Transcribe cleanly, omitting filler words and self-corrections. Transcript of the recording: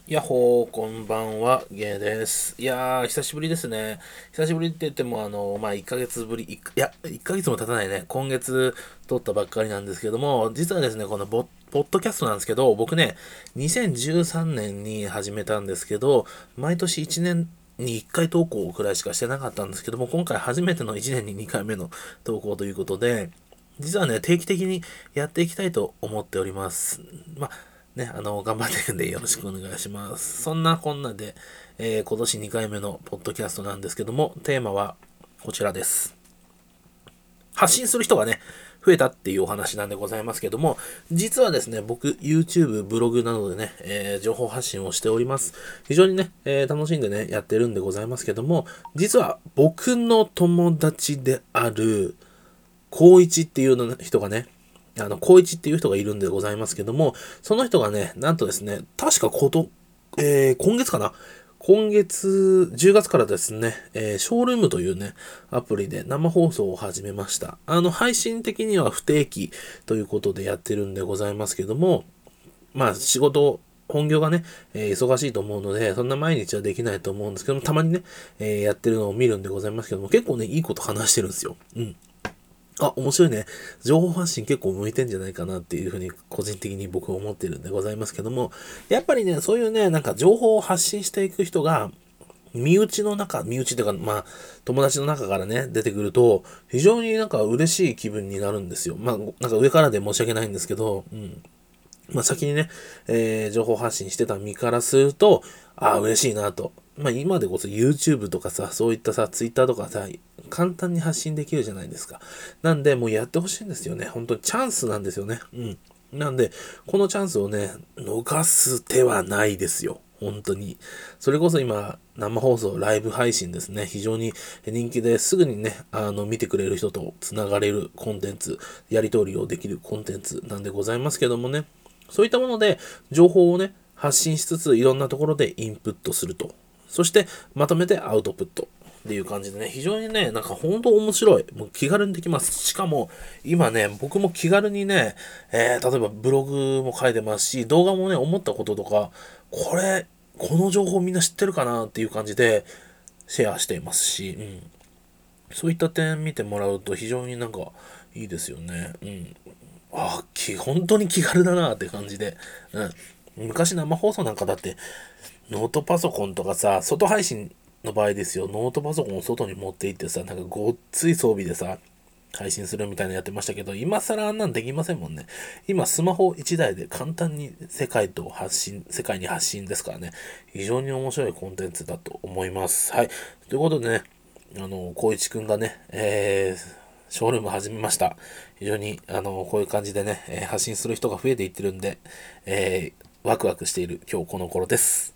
やっほー、こんばんは、ゲイです。いやー、久しぶりですね。久しぶりって言っても、1ヶ月ぶり、1ヶ月も経たないね。今月撮ったばっかりなんですけども、実はですね、このポッドキャストなんですけど、僕ね、2013年に始めたんですけど、毎年1年に1回投稿くらいしかしてなかったんですけども、今回初めての1年に2回目の投稿ということで、実はね、定期的にやっていきたいと思っております。まあね、頑張ってるんでよろしくお願いします。そんなこんなで、今年2回目のポッドキャストなんですけども、テーマはこちらです。発信する人がね、増えたっていうお話なんでございますけども、実はですね、僕、YouTube、ブログなどでね、情報発信をしております。非常にね、楽しんでね、やってるんでございますけども、実は僕の友達である、高一っていうの人がね、高一っていう人がいるんでございますけども、その人がね、なんとですね、確か今月かな今月、10月からですね、ショールームというね、アプリで生放送を始めました。配信的には不定期ということでやってるんでございますけども、まあ、本業がね、忙しいと思うので、そんな毎日はできないと思うんですけども、たまにね、やってるのを見るんでございますけども、結構ね、いいこと話してるんですよ。うん。面白いね。情報発信結構向いてんじゃないかなっていうふうに個人的に僕は思ってるんでございますけども、やっぱりね、そういうね、なんか情報を発信していく人が、身内というか、まあ、友達の中からね、出てくると、非常になんか嬉しい気分になるんですよ。まあ、なんか上からで申し訳ないんですけど、うん。まあ、先にね、情報発信してた身からすると、嬉しいなと。まあ、今でこそ YouTube とかさ、そういったさ、Twitter とかさ、簡単に発信できるじゃないですか。なんで、もうやってほしいんですよね。本当にチャンスなんですよね。うん。なんで、このチャンスをね、逃す手はないですよ。本当に。それこそ今、生放送、ライブ配信ですね。非常に人気ですぐにね、見てくれる人と繋がれるコンテンツ、やり取りをできるコンテンツなんでございますけどもね。そういったもので、情報をね、発信しつつ、いろんなところでインプットすると。そして、まとめてアウトプット。っていう感じでね、非常にね、なんか本当面白い。もう気軽にできます。しかも、今ね、僕も気軽にね、例えばブログも書いてますし、動画もね、思ったこととか、この情報みんな知ってるかなっていう感じでシェアしていますし、うん。そういった点見てもらうと非常になんかいいですよね。うん。本当に気軽だなって感じで。うん。昔生放送なんかだって、ノートパソコンとかさ、外配信の場合ですよ、ノートパソコンを外に持って行ってさ、なんかごっつい装備でさ、配信するみたいなのやってましたけど、今更あんなんできませんもんね。今スマホ1台で簡単に世界に発信ですからね。非常に面白いコンテンツだと思います。はい。ということでね、光一くんがね、ショールーム始めました。非常に、こういう感じでね、発信する人が増えていってるんで、ワクワクしている今日この頃です。